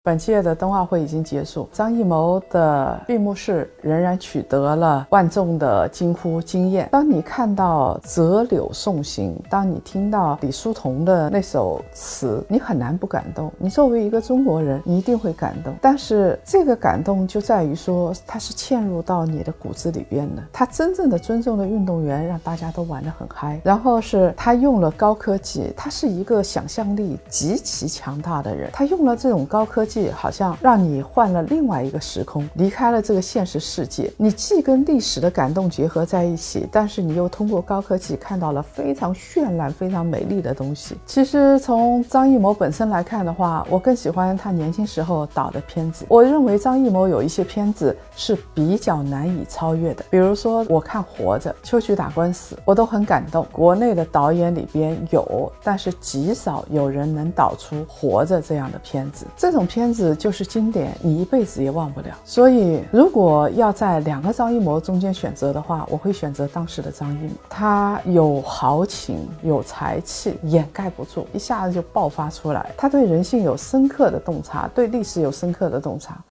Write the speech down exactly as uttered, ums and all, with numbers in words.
本届的冬奥会已经结束，张艺谋的闭幕式仍然取得了万众的惊呼惊艳。当你看到折柳送行，当你听到李叔同的那首词，你很难不感动。你作为一个中国人，你一定会感动。但是这个感动就在于说，它是嵌入到你的骨子里边的。他真正的尊重的运动员，让大家都玩得很嗨。然后是他用了高科技，他是一个想象力极其强大的人，他用了这种高科技，好像让你换了另外一个时空，离开了这个现实世界。你既跟历史的感动结合在一起，但是你又通过高科技看到了非常绚烂非常美丽的东西。其实从张艺谋本身来看的话，我更喜欢他年轻时候导的片子。我认为张艺谋有一些片子是比较难以超越的，比如说我看活着、秋菊打官司，我都很感动。国内的导演里边有，但是极少有人能导出活着这样的片子。这种片子就是经典，你一辈子也忘不了。所以如果要在两个张艺谋中间选择的话，我会选择当时的张艺谋。他有豪情，有才气，掩盖不住，一下子就爆发出来。他对人性有深刻的洞察，对历史有深刻的洞察。